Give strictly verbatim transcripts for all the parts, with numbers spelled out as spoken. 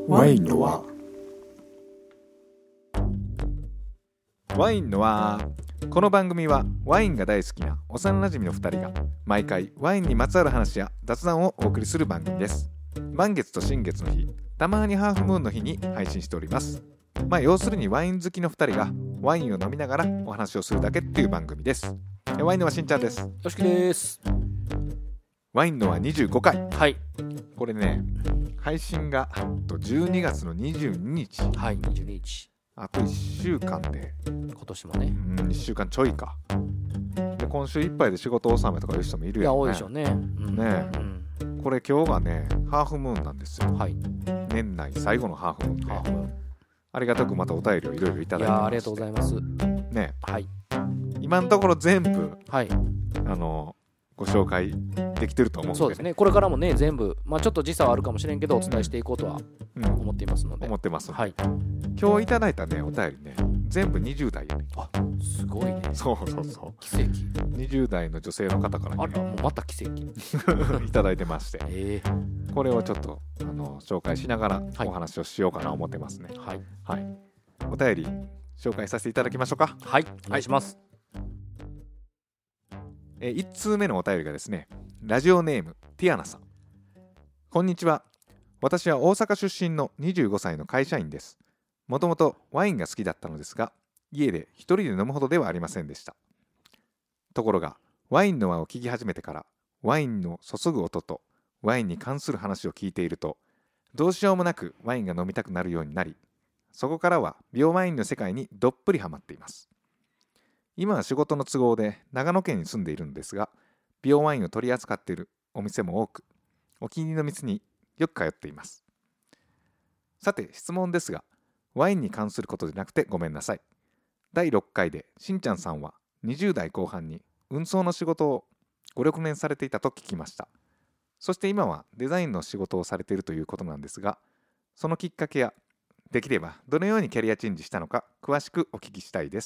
ワインの輪。 ワインの輪。この番組はワインが大好きな幼馴染のふたりが毎回ワインにまつわる話や雑談をお送りする番組です。満月と新月の日、たまにハーフムーンの日に配信しております。まあ要するにワイン好きのふたりがワインを飲みながらお話をするだけっていう番組です。ワインの輪しんちゃんです。 よしきです。 ワインの輪にじゅうごかい。 はい。 これね、配信がじゅうにがつのにじゅうににち。 はい、にじゅうににち。 あといっしゅうかんで、 今年もね。 うん、いっしゅうかんちょいか。で今週いっぱいで仕事納めとかいう人もいるやんね。 いや、多いでしょうね。うん、 ねえ、うん、これ今日がね、ハーフムーンなんですよ。 はい。 年内最後のハーフムーンで。 ハーフムーン。ありがたくまたお便りをいろいろいただいてまして。いや、ありがとうございます。 ね。 はい。 今のところ全部、 はい。 あのご紹介できてると思うんで、ね、 そうですね。これからもね、全部、まあちょっと時差はあるかもしれんけど、お伝えしていこうとは思っていますので。 うん、思ってます。 はい。 今日いただいたね、お便りね、全部にじゅうだいやね。 あ、すごいね。 そうそうそう。 奇跡。 にじゅうだいの女性の方からね、 あら、もうまた奇跡。 いただいてまして、 えー、 これをちょっとあの紹介しながらお話をしようかなと思ってますね。 はい。 はい。お便り紹介させていただきましょうか。 はい。お願いします。 はい、えいちつうめのお便りがですね、ラジオネームティアナさん。こんにちは。私は大阪出身のにじゅうごさいの会社員です。もともとワインが好きだったのですが、家で一人で飲むほどではありませんでした。ところがワインの輪を聞き始めてから、ワインの注ぐ音とワインに関する話を聞いていると、どうしようもなくワインが飲みたくなるようになり、そこからは美容ワインの世界にどっぷりハマっています。今は仕事の都合で長野県に住んでいるのですが、美容ワインを取り扱っているお店も多く、お気に入りの店によく通っています。さて質問ですが、ワインに関することでなくてごめんなさい。だいろっかいでしんちゃんさんはにじゅうだいこう半に運送の仕事をご、ろくねんされていたと聞きました。そして今はデザインの仕事をされているということなんですが、そのきっかけやできればどのようにキャリアチェンジしたのか詳しくお聞きしたいです。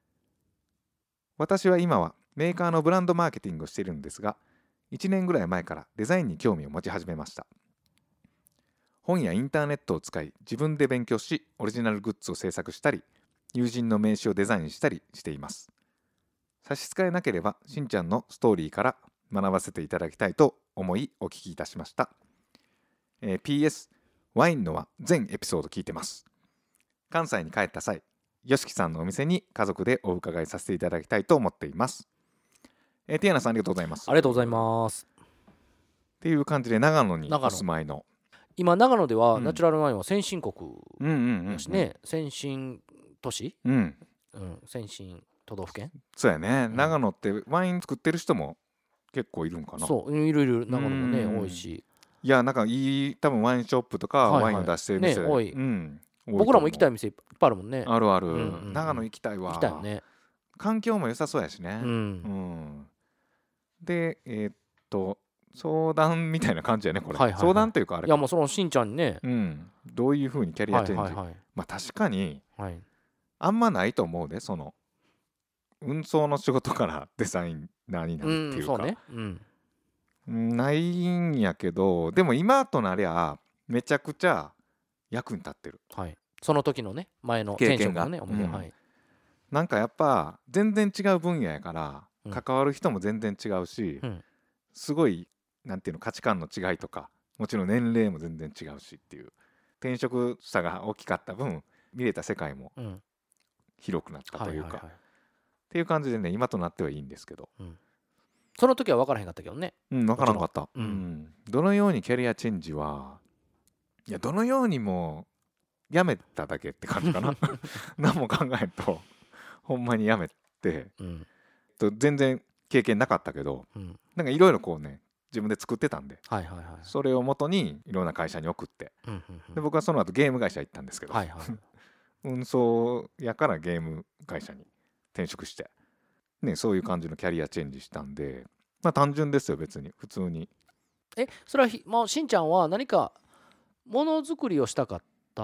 私は今はメーカーのブランドマーケティングをしているのですが、いちねんぐらい前からデザインに興味を持ち始めました。本やインターネットを使い自分で勉強し、オリジナルグッズを制作したり、友人の名刺をデザインしたりしています。差し支えなければしんちゃんのストーリーから学ばせていただきたいと思いお聞きいたしました。えー、ピーエス ワインのは全エピソード聞いてます。関西に帰った際、よしきさんのお店に家族でお伺いさせていただきたいと思っています。えー、ティアナさんありがとうございます。 ありがとうございます。 っていう感じで長野にお住まいの。 今長野ではナチュラルワインは先進国だしね、 うんうんうんうん、 先進都市、 うんうん、先進都道府県。 そうやね、 うん、 長野ってワイン作ってる人も結構いるんかな。 そう、いろいろ長野もね多いし、 いやなんかいい多分ワインショップとかワインを出してる店、 はいはいね、多い、 うん、 僕らも行きたい店いっぱいあるもんね。 あるある、うんうんうん、長野行きたいわ。 行きたいよね。 環境も良さそうやしね、 うんうん、 でえー、っと相談みたいな感じやねこれ、 はいはいはい、 相談というかあれか、 いやもうそのしんちゃんにね、 うん、どういう風にキャリアチェンジ、はいはいはい、まあ確かに、はい、あんまないと思うで、その運送の仕事からデザイナーになるっていうか、うん、そうね、うん、ないんやけど、でも今となりゃめちゃくちゃ役に立ってる、 はい、その時のね前の経験がね、思い出、うん、はい、 なんかやっぱ全然違う分野やから、うん、関わる人も全然違うし、うん、すごいなんていうの価値観の違いとか、もちろん年齢も全然違うしっていう、転職差が大きかった分見れた世界も広くなったというか、っていう感じでね、今となってはいいんですけど、うん、 その時は分からへんかったけどね。 うん、分からなかった、うんうん、どのようにキャリアチェンジは、いやどのようにもやめただけって感じかな何も考えんとほんまにやめて、うん、と全然経験なかったけど、うん、なんかいろいろこうね自分で作ってたんで、はいはいはい、それを元にいろんな会社に送って、うんうんうん、で僕はその後ゲーム会社行ったんですけど、はいはい、運送やからゲーム会社に転職して、ね、そういう感じのキャリアチェンジしたんで、まあ単純ですよ別に普通に。 えそれはもうしんちゃんは何かものづくりをしたかった？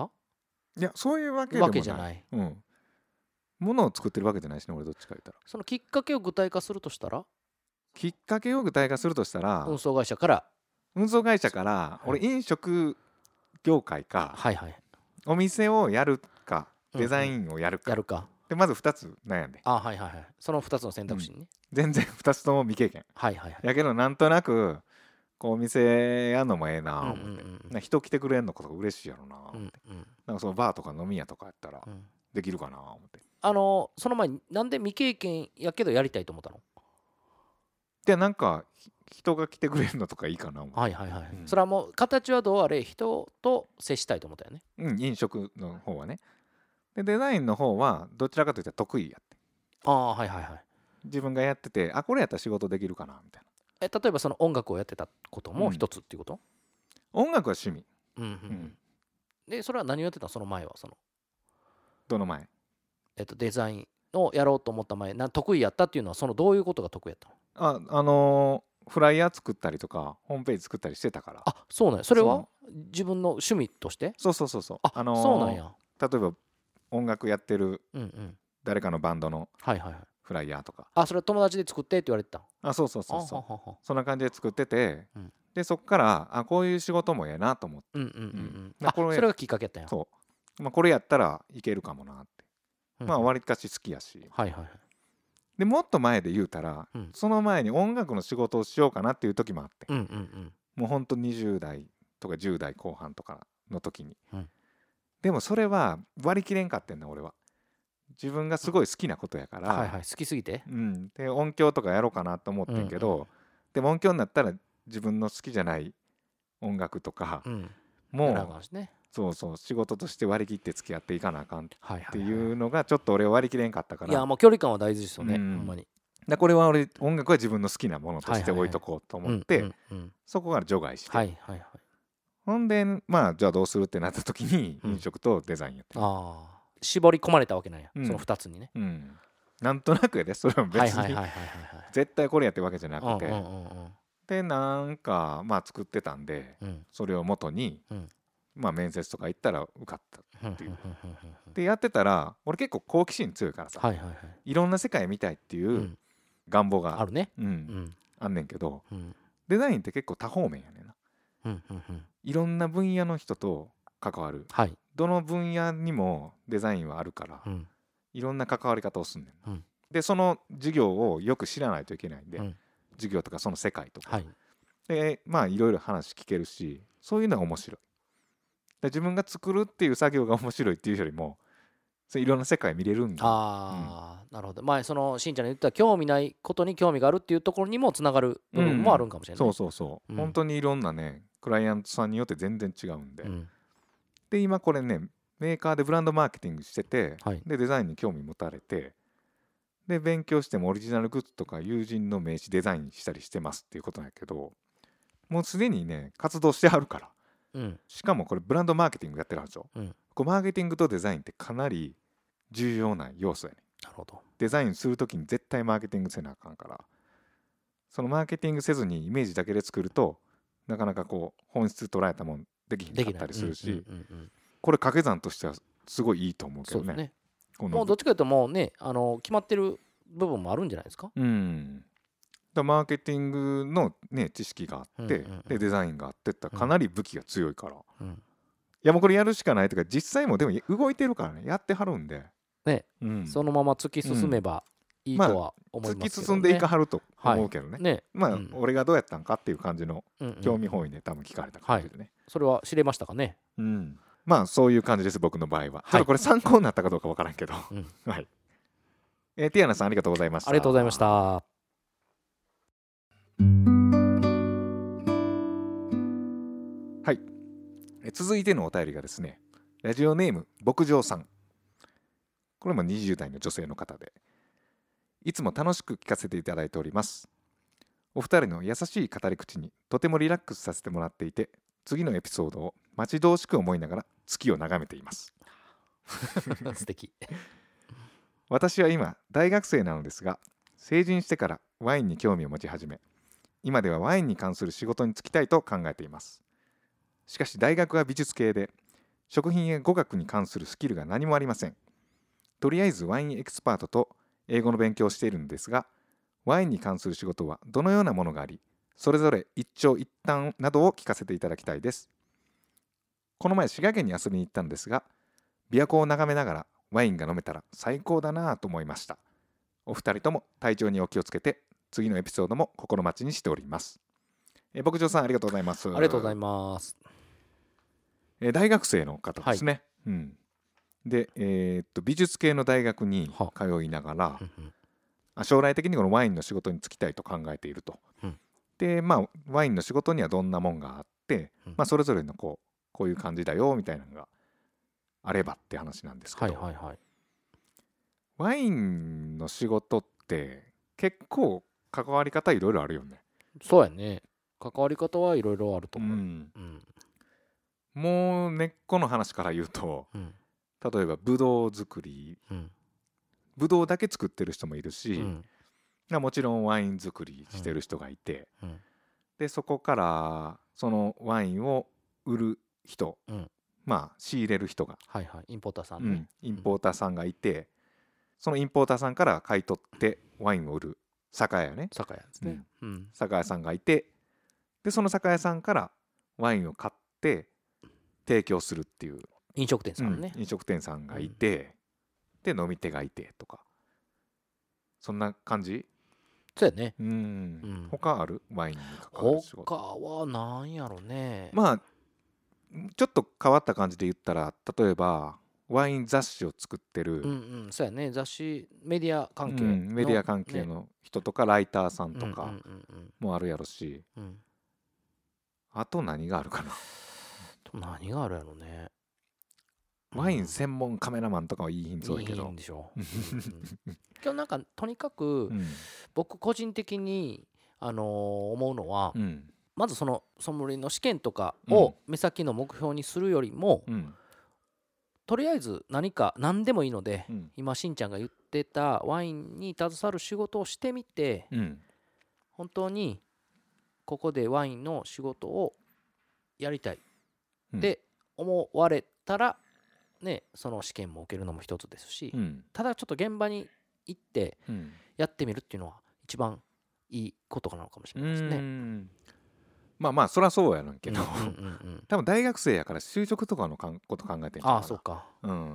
いやそういうわけでもない。 わけじゃない、 うん、ものを作ってるわけじゃないしね、俺どっちか言ったら。 そのきっかけを具体化するとしたら、 きっかけを具体化するとしたら、 運送会社から運送会社から俺飲食業界かはいはい。 お店をやるかデザインンをやるか、 やるか。 でまずふたつ悩んで、 あ、はいはいはい。そのふたつの選択肢にね。 全然ふたつとも未経験はいはいはい。 やけど、なんとなくこうお店やんのもええなうん思って、 うんうんな人来てくれんのことが嬉しいやろなうん思って、 うんなんかそのバーとか飲み屋とかやったらうん。 できるかな思って、 あのその前になんで未経験やけどやりたいと思ったの？ でなんかひ人が来てくれるのとかいいかな思って、 はいはいはい。 うんそれはもう形はどうあれ人と接したいと思ったよね。 うん、飲食の方はね。でデザインの方はどちらかといったら得意やって、 ああ、はいはいはい。 自分がやってて、あこれやったら仕事できるかなみたいえ、例えばその音楽をやってたこともうん一つっていうこと？ な。音楽は趣味。 うんうんううんん。 で、それは何をやってたのその前は？その、 どの前えっと、デザインをやろうと思った前、な得意やったっていうのは、そのどういうことが得意やったの？ ああのーフライヤー作ったりとかホームページ作ったりしてたから。 あ、そうなんや。それはそう自分の趣味として？ そうそうそうそう、 あ、 あのーそうなんや。 例えば音楽やってるうんうん。 誰かのバンドのはいはいはい。 フライヤーとか、 あ、それ友達で作ってって言われてた？ あそうそうそうそう、 あははは。 そんな感じで作ってて、 うんでそっからあこういう仕事もええなと思って、 うんうんうんううんん。あ、 まあこれそれがきっかけやったんや。 そう、まあ、これやったらいけるかもなって、 うんうん。 まあ割かし好きやし、 はいはいはい。 でもっと前で言うたら、 うんその前に音楽の仕事をしようかなっていう時もあって、 うんうんうん。 もうほんとにじゅう代とかじゅう代後半とかの時に、 うんでもそれは割り切れんかってんな俺は。自分がすごい好きなことやから、 はいはい。好きすぎて。 うん、で音響とかやろうかなと思ってんけど、 うんうんでも音響になったら自分の好きじゃない音楽とか、 うん。 もやらなあかうんしね。 そうそう仕事として割り切って付き合っていかなあかんっはいはいはい。 ていうのがちょっと俺は割り切れんかったから、 いや、もう距離感は大事ですよね。 うんほんまに。 だこれは俺音楽は自分の好きなものとしてはいはいはい置いとこうと思って、 うんうんうん。 そこから除外して、 はいはいはい。 ほんでまあじゃあどうするってなった時にうん飲食とデザインやってる、 ああ。絞り込まれたわけなんや。 うんそのふたつにね。 うん、なんとなくやでそれは別はいはいにはいはいはい絶対これやってわけじゃなはい。 くて、 うんうんうんでなんかまあ作ってたんでうん。うんそれを元に、 うんまあ面接とか行ったら受かったうんていううんうんうんうん。 でやってたら俺結構好奇心強いからさ、 はいはいはい。 いろんな世界見たいっていううん願望が、 あるね。 うんうんあんねんけど、 うんデザインって結構多方面やねんな。 うんうんうん。 いろんな分野の人と関わる、 はい。 どの分野にもデザインはあるから、 うんいろんな関わり方をすんねん、 うんでその授業をよく知らないといけないんで、 うん授業とかその世界とか、 はい。 でまあいろいろ話聞けるし、そういうのが面白い。で自分が作るっていう作業が面白いっていうよりも、そういろんな世界見れるんだ。 ああ、なるほど。まあそのしんちゃんの言った興味ないことに興味があるっていうところにもつながる部分もあるんかもしれない。 そうそうそう、 うん本当にいろんなねクライアントさんによって全然違うんで、 うんで今これねメーカーでブランドマーケティングしてて、 はい。 でデザインに興味持たれて、で勉強してもオリジナルグッズとか友人の名刺デザインしたりしてますっていうことなんやけど、もうすでにね活動してはるから、 うんしかもこれブランドマーケティングやってるはずよ、 うん。 こうマーケティングとデザインってかなり重要な要素やね。 なるほど。 デザインするときに絶対マーケティングせなあかんから、そのマーケティングせずにイメージだけで作るとなかなかこう本質捉えたもんできひんかっできない。 たりするし、 うんうんうんうん。 これ掛け算としてはすごいいいと思うけどね。 そうですね。 このもうどっちかというともうね、あの決まってる部分もあるんじゃないですか。 うん、だからマーケティングの、ね、知識があって、 うんうんうんでデザインがあってったらかなり武器が強いから、いうん。 やもうこれやるしかないというか、実際もでも動いてるからね、やってはるんで、 ね、 うん、 そのまま突き進めばいいとは思い突きますけどね。 進んでいかはると思うけどね、 ね。 まあ、 うん俺がどうやったんかっていう感じのうんうん興味本位で多分聞かれた感じでね、 それは知れましたかね。 うん、まあそういう感じです僕の場合は、 いちょっとこれ参考になったかどうかわからんけど、 うんはいえーティアナさんありがとうございました。 ありがとうございました。 はい、え続いてのお便りがですね、ラジオネーム牧場さん、これもにじゅう代の女性の方で、いつも楽しく聞かせていただいております。お二人の優しい語り口にとてもリラックスさせてもらっていて、次のエピソードを待ち遠しく思いながら月を眺めています。 素敵。 私は今大学生なのですが、成人してからワインに興味を持ち始め、今ではワインに関する仕事に就きたいと考えています。しかし大学は美術系で、食品や語学に関するスキルが何もありません。とりあえずワインエキスパートと英語の勉強をしているのですが、ワインに関する仕事はどのようなものがあり、それぞれ一長一短などを聞かせていただきたいです。 この前滋賀県に遊びに行ったんですが、琵琶湖を眺めながらワインが飲めたら最高だなと思いました。お二人とも体調にお気をつけて、次のエピソードも心待ちにしております。え牧場さん、ありがとうございます。 ありがとうございます。 え大学生の方ですね、はい、うん、で、えー、っと美術系の大学に通いながら、将来的にこのワインの仕事に就きたいと考えていると、うん、でまあワインの仕事にはどんなもんがあって、うん、まあ、それぞれのこうこういう感じだよみたいなのがあればって話なんですけど、はいはいはい、ワインの仕事って結構関わり方いろいろあるよね。 そうやね、関わり方はいろいろあると思う、うんうん、 もう根っこの話から言うと、うん、例えばブドウ作り、うん、ブドウだけ作ってる人もいるし、うん、もちろんワイン作りしてる人がいて、うんうん、でそこからそのワインを売る人、うん、まあ仕入れる人が、 はいはい、インポーターさんね、うん、 インポーターさんがいて、そのインポーターさんから買い取ってワインを売る酒屋ね、 酒屋ですね、 うん、酒屋さんがいて、でその酒屋さんからワインを買って提供するっていう飲食店さんね、 うん、飲食店さんがいて、うん、で飲み手がいてとか、そんな感じ。 そうやね、 うん、うん、他あるワインに関わる仕事。他はなんやろね。 まあちょっと変わった感じで言ったら、例えばワイン雑誌を作ってる、 うんうん、そうやね、雑誌メディア関係、 うん、メディア関係の人とか、ね、ライターさんとかもあるやろし、うんうんうんうん、あと何があるかな。 何があるやろね。 ワイン専門カメラマンとかはいいんそうやけど、 いいんでしょう、うんうん、今日なんかとにかく、うん、僕個人的に、あのー、思うのは、うん、まずそのソムリエの試験とかを目先の目標にするよりも、うん、とりあえず何か何でもいいので、うん、今しんちゃんが言ってたワインに携わる仕事をしてみて、うん、本当にここでワインの仕事をやりたいって思われたら、ね、その試験も受けるのも一つですし、うん、ただちょっと現場に行ってやってみるっていうのは一番いいことなのかもしれないですね。うん、 まあまあそりゃそうやなんけど、うんうんうんうん、多分大学生やから就職とかのかんこと考えてんじゃんかな。 ああそうか、うんうん、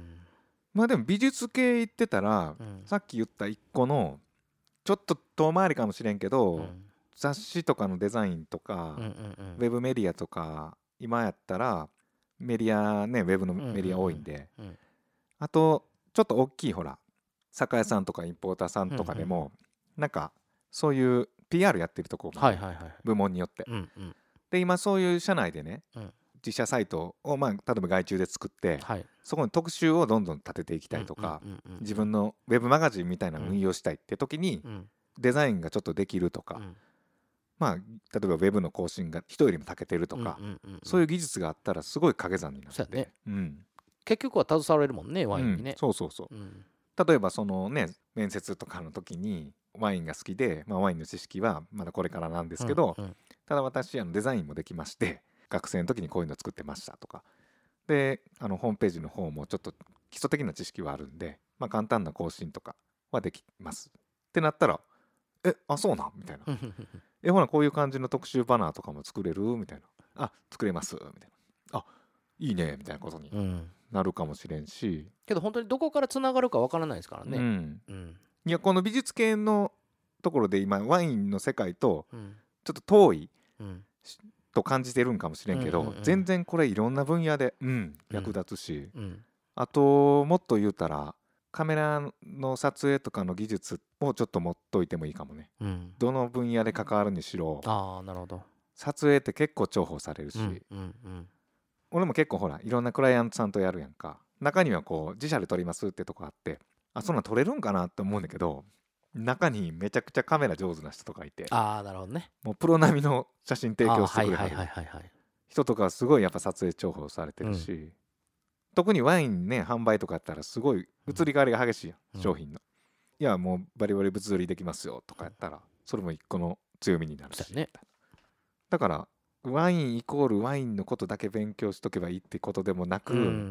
まあでも美術系行ってたら、うん、さっき言った一個のちょっと遠回りかもしれんけど、うん、雑誌とかのデザインとか、うんうんうん、ウェブメディアとか今やったらメディアね、ウェブのメディア多いんで、うんうんうん、あとちょっと大きいほら酒屋さんとかインポーターさんとかでも、うんうん、なんかそういう ピーアール やってるところ、はいはいはい、部門によって、うんうん、で今そういう社内でね、うん、自社サイトを、まあ、例えば外注で作って、はい、そこに特集をどんどん立てていきたいとか、うんうんうんうん、自分のウェブマガジンみたいなのを運用したいって時に、うん、デザインがちょっとできるとか、うん、まあ、例えばウェブの更新が人よりも長けてるとか、うんうんうんうん、そういう技術があったらすごい掛け算になって、そうやね、うん、 結局は携われるもんね、ワインにね、 うん、そうそうそう、うん、例えばそのね面接とかの時にワインが好きで、まあ、ワインの知識はまだこれからなんですけど、うんうん、ただ私あのデザインもできまして学生の時にこういうの作ってましたとかで、あのホームページの方もちょっと基礎的な知識はあるんで、まあ、簡単な更新とかはできますってなったら、えあそうなんみたいなえほらこういう感じの特集バナーとかも作れるみたいな、あ作れますみたいな、あいいねみたいなことになるかもしれんし、うん、 けど本当にどこからつながるかわからないですからね、 うんうん、いやこの美術系のところで今ワインの世界とちょっと遠い、うん、と感じてるんかもしれんけど、うんうんうん、全然これいろんな分野で、うん、役立つし、うんうん、あともっと言うたらカメラの撮影とかの技術をちょっと持っといてもいいかもね、うん、どの分野で関わるにしろ、 あーなるほど、 撮影って結構重宝されるし、うんうんうん、俺も結構ほらいろんなクライアントさんとやるやんか、中にはこう自社で撮りますってとこあって、あそんなん撮れるんかなって思うんだけど、中にめちゃくちゃカメラ上手な人とかいて、 ああなるほどね、 もうプロ並みの写真提供してくれる人とかはすごいやっぱ撮影重宝されてるし、うん、特にワインね販売とかやったらすごい移り変わりが激しいやん、うん、商品の、いやもうバリバリ物売りできますよとかやったらそれも一個の強みになるし、ね、だからワインイコールワインのことだけ勉強しとけばいいってことでもなく、うん、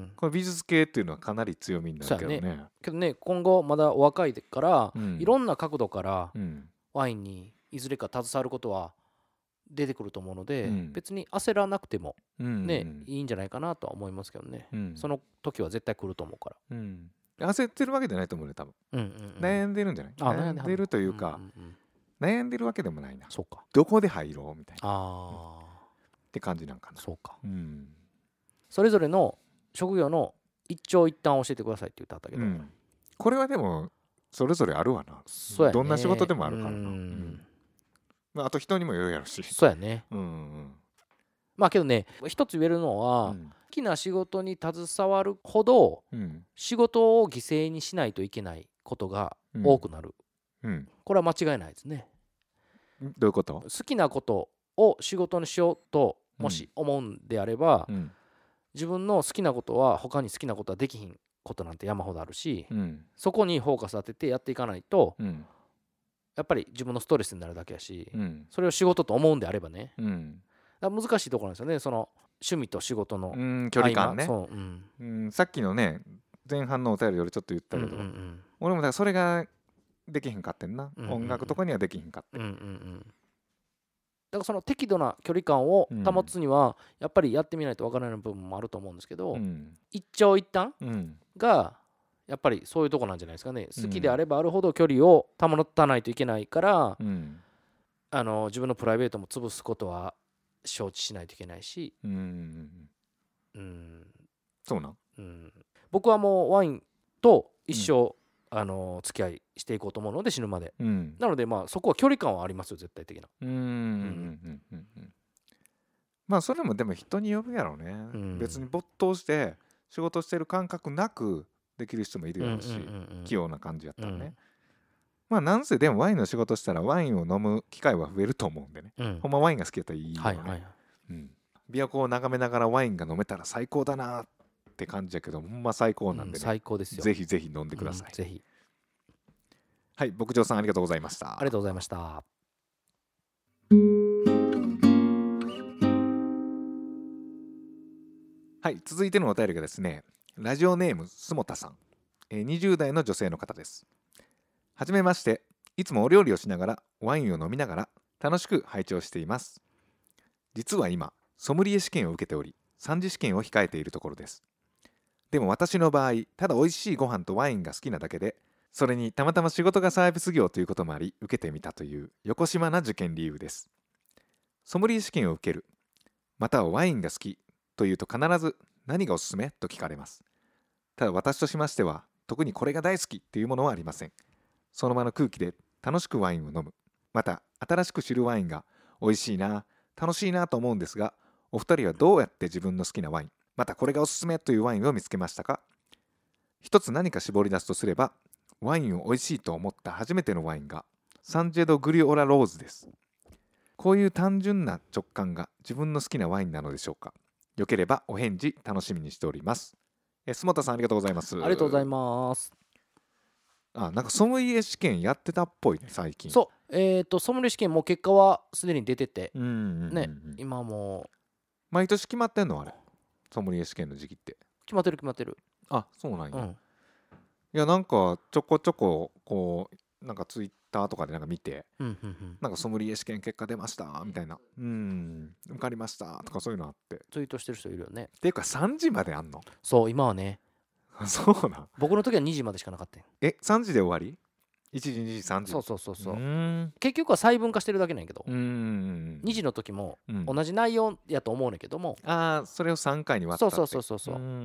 この美術系っていうのはかなり強みになるけどね。 ねけどね今後まだお若いから、うん、いろんな角度からワインにいずれか携わることは出てくると思うので、 うん、 別に焦らなくてもね、うんうん、いいんじゃないかなとは思いますけどね、うん、その時は絶対来ると思うから、 うん、焦ってるわけじゃないと思うね多分、うんうんうん、悩んでるんじゃない？悩んでるというか、うんうんうん、悩んでるわけでもないな。 そうか、 どこで入ろうみたいな、 あ、 って感じなんかな。 そうか、 うん、 それぞれの職業の一長一短教えてくださいって言ってあったけど、うん、 これはでもそれぞれあるわな。そうやね、どんな仕事でもあるからな。うん、うん、まあ、あと人にもよるやろし。 そうやね、うんうん、まあけどね、一つ言えるのは、うん、好きな仕事に携わるほど、うん、仕事を犠牲にしないといけないことが多くなる、うんうん、これは間違いないですね。 どういうこと？ 好きなことを仕事にしようともし思うんであれば、うん、自分の好きなことは他に好きなことはできひんことなんて山ほどあるし、うん、そこにフォーカス当ててやっていかないと、うん、やっぱり自分のストレスになるだけやし、うん、それを仕事と思うんであればね、うん、だから難しいところなんですよね、その趣味と仕事の、うん、 距離感ね。そう、うんうん、さっきのね前半のお便りよりちょっと言ったけど、うんうんうん、俺もだからそれができひんかってんな、うんうんうん、音楽とかにはできひんかって、うんうんうん、だからその適度な距離感を保つにはやっぱりやってみないとわからない部分もあると思うんですけど、うん、一長一短がやっぱりそういうとこなんじゃないですかね。好きであればあるほど距離を保たないといけないから、うん、あの自分のプライベートも潰すことは承知しないといけないし、うん、うん、 そうなん、 うん、僕はもうワインと一生、うん、あの付き合いしていこうと思うので死ぬまで、うん、なのでまあそこは距離感はありますよ絶対的な。うんうんうんうん、 まあそれもでも人によるやろうね、うん、別に没頭して仕事してる感覚なくできる人もいるやろうし、うんうんうんうん、器用な感じやったらね、うん、まあなんせでもワインの仕事したらワインを飲む機会は増えると思うんでね、うん、ほんまワインが好きやったらいいよね、はいはい、うん、琵琶湖を眺めながらワインが飲めたら最高だなって感じやけどほんま最高なんでね、うん、 最高ですよ、 ぜひぜひ飲んでください、うん、 ぜひ。 はい、牧場さんありがとうございました。 ありがとうございました。 はい、続いてのお便りがですね、ラジオネームすもたさん、えー、にじゅう代の女性の方です。はじめまして。いつもお料理をしながらワインを飲みながら楽しく拝聴しています。実は今ソムリエ試験を受けておりさん次試験を控えているところです。でも私の場合ただ美味しいご飯とワインが好きなだけで、それにたまたま仕事がサービス業ということもあり受けてみたという横島な受験理由です。ソムリエ試験を受ける、またはワインが好きというと必ず何がおすすめと聞かれます。ただ私としましては特にこれが大好きっていうものはありません。その場の空気で楽しくワインを飲む、また新しく知るワインが美味しいな楽しいなと思うんですが、お二人はどうやって自分の好きなワイン、またこれがおすすめというワインを見つけましたか？一つ何か絞り出すとすれば、ワインを美味しいと思った初めてのワインがサンジェド・グリオラ・ローズです。こういう単純な直感が自分の好きなワインなのでしょうか？よければお返事楽しみにしております。え、須本さんありがとうございます。 ありがとうございます。 あ、なんかソムリエ試験やってたっぽいね最近。 そう、えーとソムリエ試験も結果はすでに出てて、うんうんうんうん、ね、今も毎年決まってんのあれ、ソムリエ試験の時期って。 決まってる決まってる。 あ、そうなんや、うん、いやなんかちょこちょここうなんかツイッターとかでなんか見て、うんうんうん、なんかソムリエ試験結果出ましたみたいな、うん、受かりましたとかそういうのあってツイートしてる人いるよね。 っていうかさんじまであんの？ そう今はねそうなん。 僕の時はにじまでしかなかったよ。 え、さんじで終わり？いちじ、にじ、さんじ。 そうそうそうそう。結局は細分化してるだけなんやけど、うーん、にじの時も同じ内容やと思うねんけども、 うん、ああそれをさんかいに割ったって。 そうそうそうそう。うーん、うん、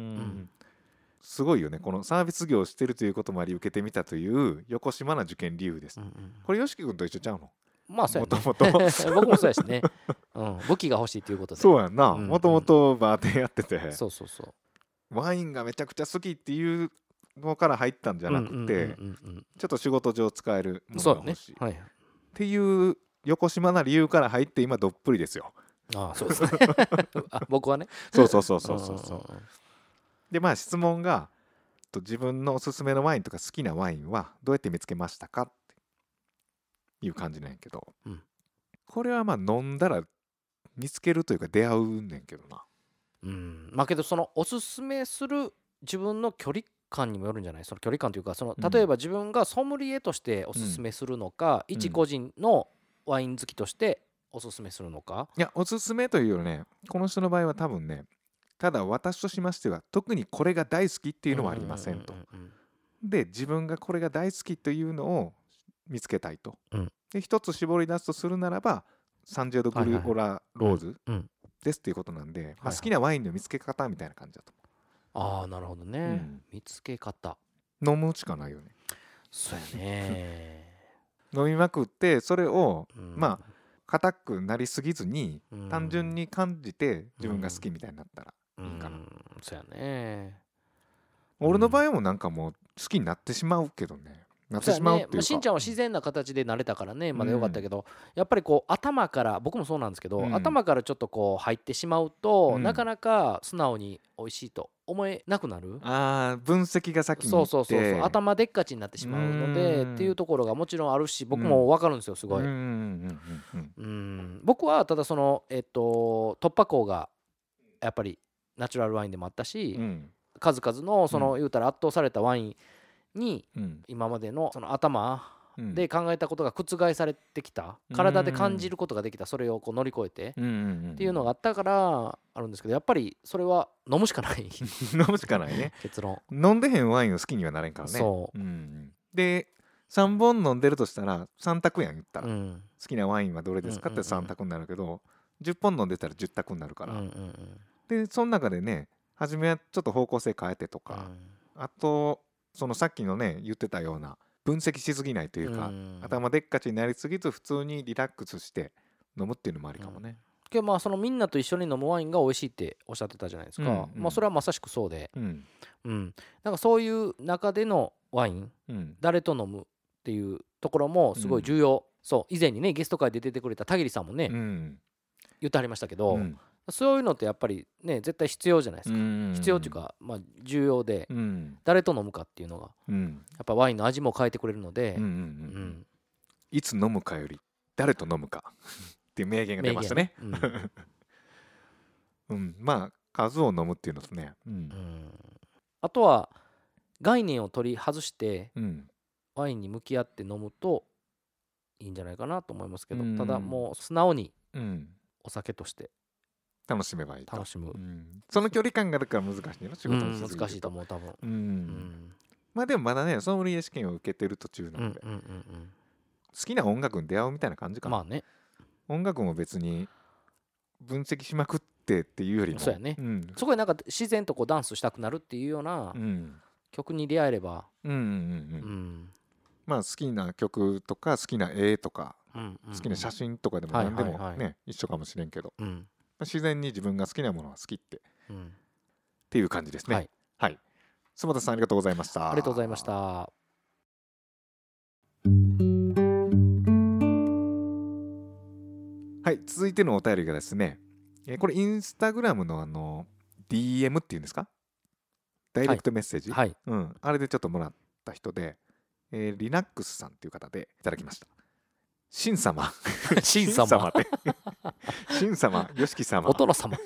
すごいよね。このサービス業をしてるということもあり受けてみたという横島な受験理由です。うんうん、これよしき君と一緒ちゃうの？ まあそうやね。もともと僕もそうやしね、うん、武器が欲しいということで。 そうやんな。もともとバーテンやってて、 そうそうそう。 ワインがめちゃくちゃ好きっていうのから入ったんじゃなくて、ちょっと仕事上使えるものが欲しい、ね、はい、っていう横島な理由から入って今どっぷりですよ。 ああそうですねあ僕はねそうそうそうそうそうそうでまあ質問が自分のおすすめのワインとか好きなワインはどうやって見つけましたかっていう感じなんやけど、うん、これはまあ飲んだら見つけるというか出会うねんけどな。 うん、まあけどそのおすすめする自分の距離感にもよるんじゃない？その距離感というか、その例えば自分がソムリエとしておすすめするのか、うん、一個人のワイン好きとしておすすめするのか。 いやおすすめというよりね、この人の場合は多分ね、ただ私としましては特にこれが大好きっていうのはありませんと。で自分がこれが大好きというのを見つけたいと、うん、で一つ絞り出すとするならばサンジェド・グルオラ・ローズですっていうことなんで、はいはい、まあ、好きなワインの見つけ方みたいな感じだと思う。ああなるほどね、うん、見つけ方飲むしかないよね。 そうやね飲みまくってそれを、うん、まあ硬くなりすぎずに、うん、単純に感じて自分が好きみたいになったらいいかな、うんうん、 そうやね。 俺の場合もなんかもう好きになってしまうけどね、なってしまうっていうか、 ね、まあ、しんちゃんは自然な形で慣れたからねまだよかったけど、うん、やっぱりこう頭から僕もそうなんですけど、うん、頭からちょっとこう入ってしまうと、うん、なかなか素直に美味しいと思えなくなる。 あー分析が先にそうそうそうそう、頭でっかちになってしまうのでっていうところがもちろんあるし、僕も分かるんですよすごい。僕はただそのえっと突破口がやっぱりナチュラルワインでもあったし、うん、数々のその言うたら圧倒されたワインに今までのその頭で考えたことが覆されてきた、体で感じることができた、それをこう乗り越えてっていうのがあったからあるんですけど、やっぱりそれは飲むしかない飲むしかないね結論。 飲んでへんワインを好きにはなれんからね。そう、うん、でさんぼん飲んでるとしたらさん択やん言ったら、うん、好きなワインはどれですかってさん択になるけど、じゅっぽん飲んでたらじゅっ択になるから、うんうんうん、でその中でね初めはちょっと方向性変えてとか、うん、あとそのさっきのね言ってたような分析しすぎないというか、うん、頭でっかちになりすぎず普通にリラックスして飲むっていうのもありかもね、うん、 けどまあそのみんなと一緒に飲むワインが美味しいっておっしゃってたじゃないですか、うんうん、まあそれはまさしくそうで、うんうん、なんかそういう中でのワイン、うん、誰と飲むっていうところもすごい重要、うん、そう以前にねゲスト会で出てくれた田切さんもね、うん、言ってはりましたけど、うん、そういうのってやっぱりね絶対必要じゃないですか、うんうんうん、必要っていうか、まあ、重要で、うん、誰と飲むかっていうのが、うん、やっぱワインの味も変えてくれるので、うんうんうんうん、 いつ飲むかより誰と飲むかっていう名言が出ましたね、うんうん、まあ数を飲むっていうのとね、うんうん、 あとは概念を取り外して、うん、ワインに向き合って飲むといいんじゃないかなと思いますけど、うん、ただもう素直にお酒として楽しめばいいと。 楽しむ、うん、 その距離感があるから難しいの仕事にしすぎると、 うん、難しいと思う多分、うんうん、 まあでもまだねソムリエ試験を受けてる途中なので、うんうんうんうん、好きな音楽に出会うみたいな感じかな。 まあね、 音楽も別に分析しまくってっていうよりもそうやね、うん、そこでなんか自然とこうダンスしたくなるっていうような曲に出会えれば、うんうんうんうん、 まあ好きな曲とか好きな絵とか、うんうんうん、好きな写真とかでも何でもね、はいはいはい、一緒かもしれんけど、うん、自然に自分が好きなものは好きって、うん、っていう感じですね。はい、はい、須田さんありがとうございました。 ありがとうございました。 はい、続いてのお便りがですね、えー、これインスタグラムのあの ディーエム っていうんですか、ダイレクトメッセージ、はいはい、うん、あれでちょっともらった人で、えー、リナックスさんっていう方でいただきました。シン様シン様ってシン様ヨシキ様お殿様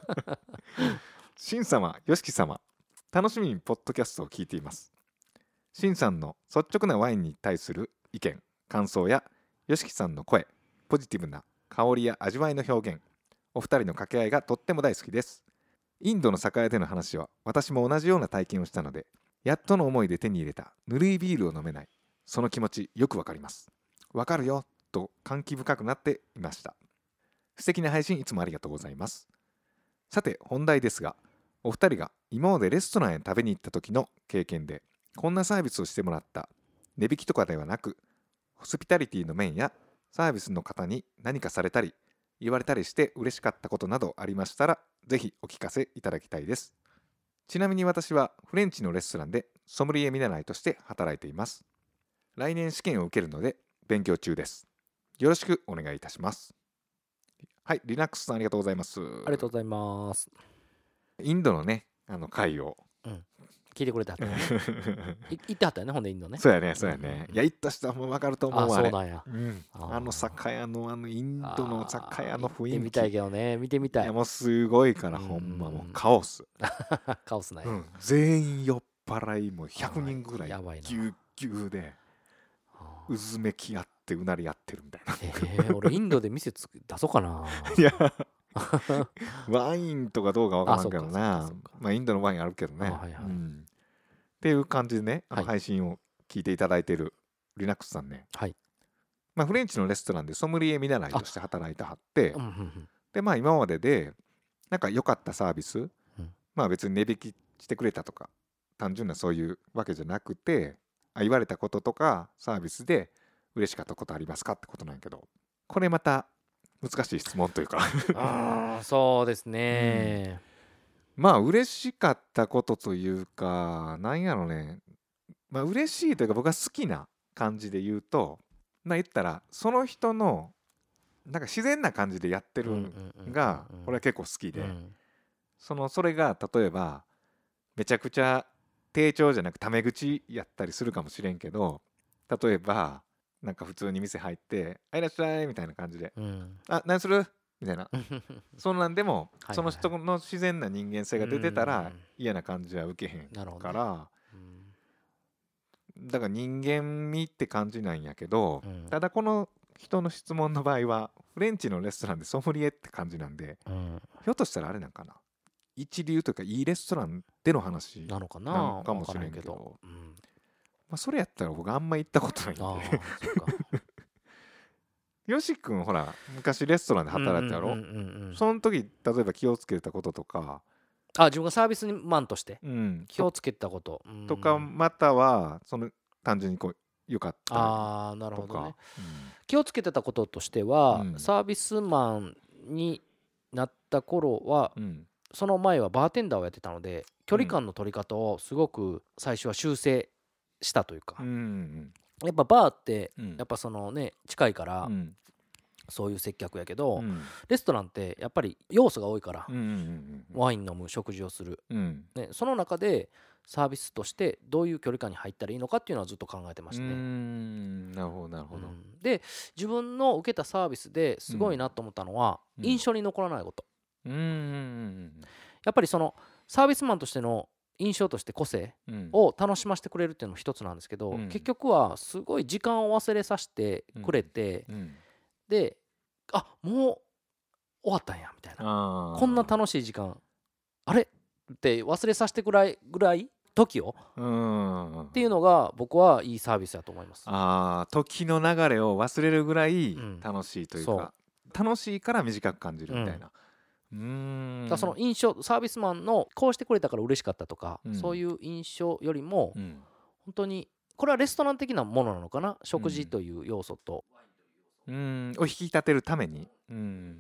シン様ヨシキ様、楽しみにポッドキャストを聞いています。シンさんの率直なワインに対する意見感想やヨシキさんの声、ポジティブな香りや味わいの表現、お二人の掛け合いがとっても大好きです。インドの酒屋での話は私も同じような体験をしたので、やっとの思いで手に入れたぬるいビールを飲めない、その気持ちよくわかります。わかるよと感激深くなっていました。素敵な配信いつもありがとうございます。さて本題ですが、お二人が今までレストランへ食べに行った時の経験でこんなサービスをしてもらった、値引きとかではなくホスピタリティの面やサービスの方に何かされたり言われたりして嬉しかったことなどありましたらぜひお聞かせいただきたいです。ちなみに私はフレンチのレストランでソムリエ見習いとして働いています。来年試験を受けるので勉強中です。よろしくお願いいたします。はい、リナックスさんありがとうございます。 ありがとうございます。 インドのね、あの回を、うん、 聞いてくれた、ね、行ってはったよね、ほんでインドね。 そうやね、そうやね。うんうん、いや、行った人はもう分かると思うわ。 あ、そうなんや。 うん、あ, あの酒屋の、あのインドの酒屋の雰囲気。 見てみたいけどね、見てみたい。いや、もうすごいから、ほんまもうカオス。 カオスなんや、うん。 全員酔っ払い、もうひゃくにんぐらい、ぎゅうぎゅうで。 うずめき合ってうなり合ってるみたいな。 えー、俺インドで店つく出そうかな。 いやワインとかどうかわからんけどな。まあインドのワインあるけどね、 はいはい、うん、 っていう感じでね、はい、配信を聞いていただいているリナックスさんね、 はい、 まあ、フレンチのレストランでソムリエ見習いとして働いてはって、うんうんうん、でまあ今まででなんか良かったサービス、うん、まあ別に値引きしてくれたとか単純なそういうわけじゃなくて、あ言われたこととかサービスで嬉しかったことありますかってことなんやけど、これまた難しい質問というかあそうですね、 うん、まあ嬉しかったことというかなんやろね、まあ嬉しいというか僕が好きな感じで言うと、まあ言ったらその人のなんか自然な感じでやってるのが俺は結構好きで、そのそれが例えばめちゃくちゃ丁重じゃなくタメ口やったりするかもしれんけど、例えばなんか普通に店入って「あいらっしゃい」みたいな感じで「うん、あ何する?」みたいなそんなんでもその人の自然な人間性が出てたら嫌な感じは受けへんから、だから人間味って感じなんやけど、ただこの人の質問の場合はフレンチのレストランでソムリエって感じなんで、ひょっとしたらあれなんかな、一流というかいいレストランでの話なのかもしれんけど、うん、まあ、それやったら僕あんま行ったことないんでよし君ほら昔レストランで働いたやろ、その時例えば気をつけたこととか、 あ自分がサービスマンとして気をつけたこと、 うん、とかまたはその単純にこう良かったとか、 あなるほどね、うん、気をつけてたこととしては、うん、サービスマンになった頃は、うん、その前はバーテンダーをやってたので距離感の取り方をすごく最初は修正したというか、うん、やっぱバーってやっぱそのね近いから、うん、そういう接客やけど、うん、レストランってやっぱり要素が多いから、うんうんうん、ワイン飲む食事をする、うんね、その中でサービスとしてどういう距離感に入ったらいいのかっていうのはずっと考えてましたね。うーんなるほどなるほど、うん、 で自分の受けたサービスですごいなと思ったのは、うん、印象に残らないこと、うんうんうん、やっぱりそのサービスマンとしての印象として個性を楽しませてくれるっていうのも一つなんですけど、うん、結局はすごい時間を忘れさせてくれて、うんうん、であもう終わったんやみたいな、こんな楽しい時間あれって忘れさせてくらいぐらい時をっていうのが僕はいいサービスだと思います。 あ時の流れを忘れるぐらい楽しいというか、うん、う楽しいから短く感じるみたいな、 うん、うーんだその印象サービスマンのこうしてくれたから嬉しかったとか、うん、そういう印象よりも、うん、本当にこれはレストラン的なものなのかな、食事という要素と、 うん、を引き立てるために、うん、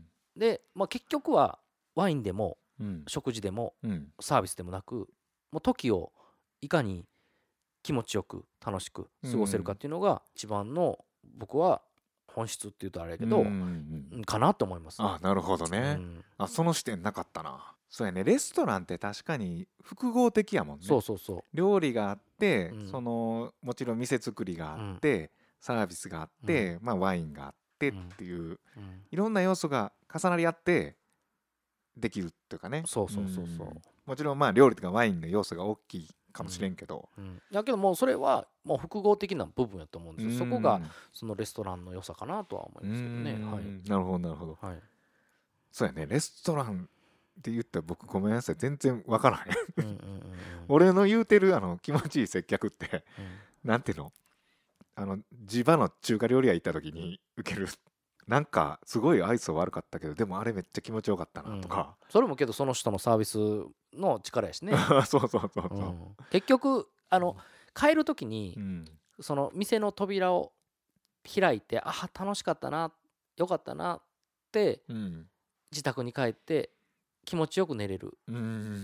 で、まあ、結局はワインでも、うん、食事でも、うん、サービスでもなくもう時をいかに気持ちよく楽しく過ごせるかっていうのが一番の僕は本質っていうとあれやけど、うんうん、かなと思います。 あなるほどね、うん、あその視点なかったな。そうやね、レストランって確かに複合的やもんね。 そうそうそう、 料理があって、うん、そのもちろん店作りがあって、うん、サービスがあって、うんまあ、ワインがあってっていう、うん、いろんな要素が重なり合ってできるっていうかね。 そうそうそうそう、うん、 もちろんまあ料理とかワインの要素が大きいかもしれんけど、 うんうん、だけどもうそれはもう複合的な部分やと思うんですよ、うん、そこがそのレストランの良さかなとは思いますけどね、はい、 なるほどなるほど、はい、そうやね、レストランって言ったら僕ごめんなさい全然わからないうんうん、うん、俺の言うてるあの気持ちいい接客って、うん、なんていうの、あの地場の中華料理屋行った時に受けるなんかすごい愛想悪かったけどでもあれめっちゃ気持ちよかったなとか、 うん、それもけどその人のサービスの力やしねそうそうそうそう、うん、 結局あの帰る時に、うん、その店の扉を開いてあ楽しかったなよかったなって、うん、自宅に帰って気持ちよく寝れる、うん、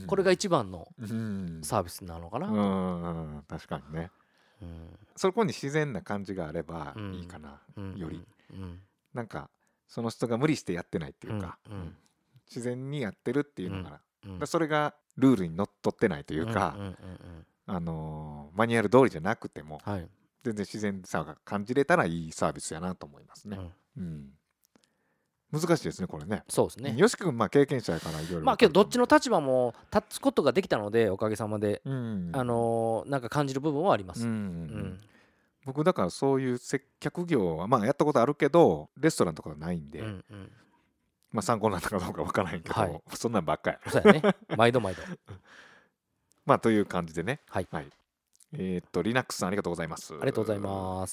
これが一番のサービスなのかなと、うんうん、確かにね、うん、そこに自然な感じがあればいいかな、うん、より、うんうん、なんかその人が無理してやってないっていうか、うんうん、自然にやってるっていうのが、うんうん、それがルールにのっとってないというか、うんうんうんうん、あのー、マニュアル通りじゃなくても、はい、全然自然さが感じれたらいいサービスやなと思いますね、うんうん、難しいですねこれね。 そうですね、 よし君まあ経験者やからいろいろ、 まあけどどっちの立場も立つことができたのでおかげさまで、うん、あのー、なんか感じる部分はあります、うんうんうん、 僕だからそういう接客業はまあやったことあるけどレストランとかはないんで、うんうん、まあ参考になったかどうかわからへんけど、はい、そんなんばっかやそうやね毎度毎度まあという感じでね、 はい、 はい、えー、っと Linux さんありがとうございます。 ありがとうございます。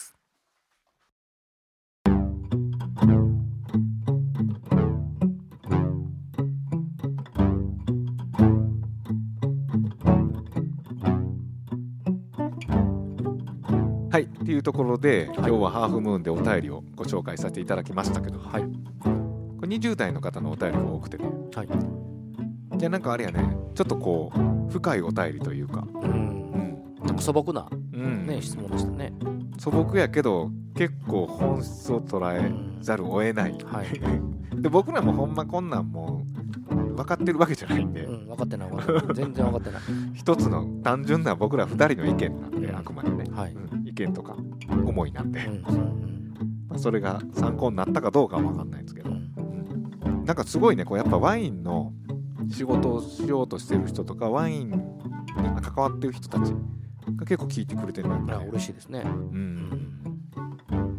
はい、っていうところで、はい、今日はハーフムーンでお便りをご紹介させていただきましたけど、はい、これにじゅう代の方のお便りが多くてね、はい、じゃあなんかあれやねちょっとこう深いお便りというか、うんうん、なんか素朴な、うんね、質問でしたね。 素朴やけど結構本質を捉えざるを得ない、うんはい、で僕らもほんまこんなんもう分かってるわけじゃないんで、 うん、分かってない分かってない全然分かってない一つの単純な僕らふたりの意見なんで、うん、あくまでね、はいうん、意見とか思いなんで、うんうんまあ、それが参考になったかどうかは分かんないんですけど、うんうん、なんかすごいねこうやっぱワインの仕事をしようとしてる人とかワインに関わってる人たちが結構聞いてくれてるんだよね。 嬉しいですね、うんうん、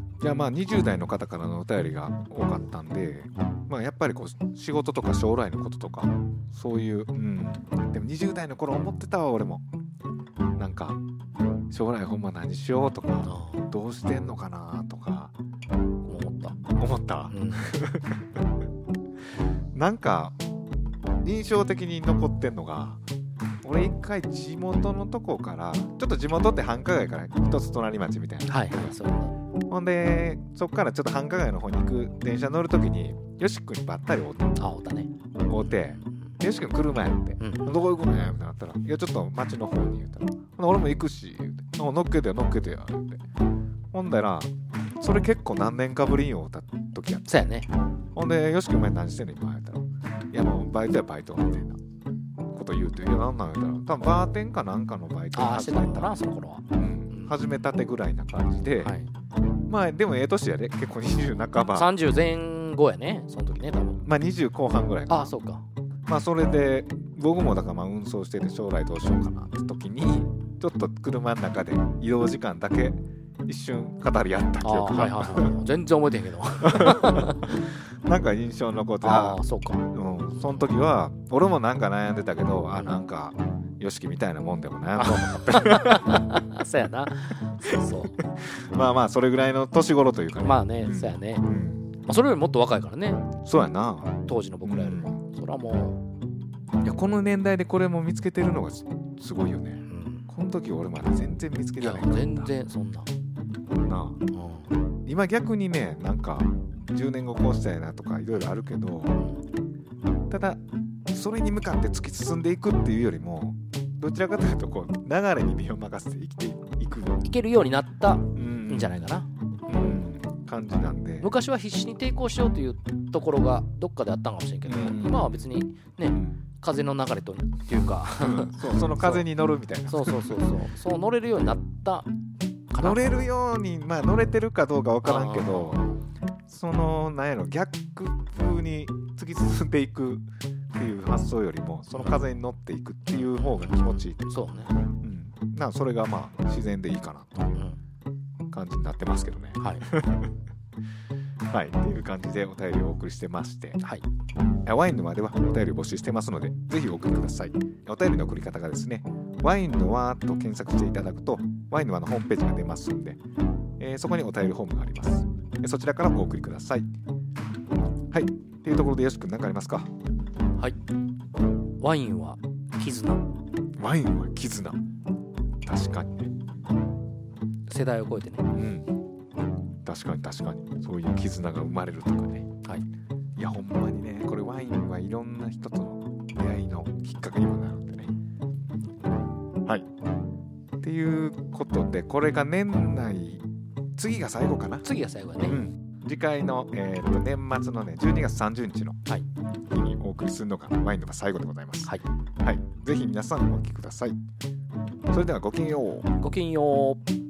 じゃあまあにじゅう代の方からのお便りが多かったんで、まあ、やっぱりこう仕事とか将来のこととかそういう、うん、でもにじゅう代の頃思ってたわ俺もなんか将来ほんま何しようとかどうしてんのかなとか思った思った、うん、なんか印象的に残ってんのが俺一回地元のとこからちょっと地元って繁華街から一つ隣町みたいな、 はいはいそうね、 ほんでそっからちょっと繁華街の方に行く電車乗るときによし君にばったり会うてあ会うたね会うてよし君車やって、うん、どこ行くのやってなったらいやちょっと町の方に言うたら俺も行くし言うて乗っけてよ乗っけてよ言うてほんだらそれ結構何年かぶりに会うた時やった。 そうやね。 ほんでよし君お前何してんの今言ったらいやもうバイトやバイトみたいなこと言うていやなんなん言うたら多分バーテンかなんかのバイトを始めたあしてたなその頃は、 うん、始めたてぐらいな感じで、はい、まあでもええ年やで結構にじゅう半ばさんじゅうぜん後やねその時ね多分まあにじゅう後半ぐらいかな。 ああそうか。 まあそれで僕もだからまあ運送してて将来どうしようかなって時にちょっと車の中で移動時間だけ一瞬語り合った記憶が、はいはいはい、 全然覚えてへんけどなんか印象に残ってああそうか、 うん、その時は俺もなんか悩んでたけど、うん、あなんかよしきみたいなもんでも悩んどんのってそうやなそうそうまあまあそれぐらいの年頃というかねまあね、うん、そうやね、うんまあ、それよりもっと若いからねそうやな当時の僕らよりも、うん、それはもういやこの年代でこれも見つけてるのがすごいよね、うん、この時俺まだ全然見つけてないから全然そんななあ、うん、今逆にねなんかじゅうねんごこうしたいなとかいろいろあるけどただそれに向かって突き進んでいくっていうよりもどちらかというとこう流れに身を任せて生きていくいけるようになったんじゃないかな、 うん、感じなんで昔は必死に抵抗しようというところがどっかであったかもしれんけど、うん、今は別にね、うん、風の流れとっていうか、 うん、そうその風に乗るみたいなそうそうそうそうそう乗れるようになった乗れるようにまあ乗れてるかどうか分からんけどそのなんやろ逆風に突き進んでいくっていう発想よりもその風に乗っていくっていう方が気持ちいいというかそうね、 うん、なそれがまあ自然でいいかなという感じになってますけどね、 うん、はいはいっていう感じでお便りをお送りしてまして、 はい、 ワインの輪ではお便りを募集してますのでぜひお送りください。お便りの送り方がですねワインの輪と検索していただくとワインの輪のホームページが出ますんで、えー、そこにお便りフォームがあります。そちらからお送りください。はいっていうところでよし君何かありますか？ はいワインは絆ワインは絆確かにね世代を超えてねうん確かに確かにそういう絆が生まれるとかねはいいやほんまにねこれワインはいろんな人との出会いのきっかけにもなるんでねはいっていうことでこれが年内次が最後かな次が最後だね、うん、 次回の、えー、と年末のねじゅうにがつさんじゅうにちの日にお送りするのがワインのが最後でございます。 はい、 はい、ぜひ皆さんお聞きください。それではごきげんよう。 ごきげんよう。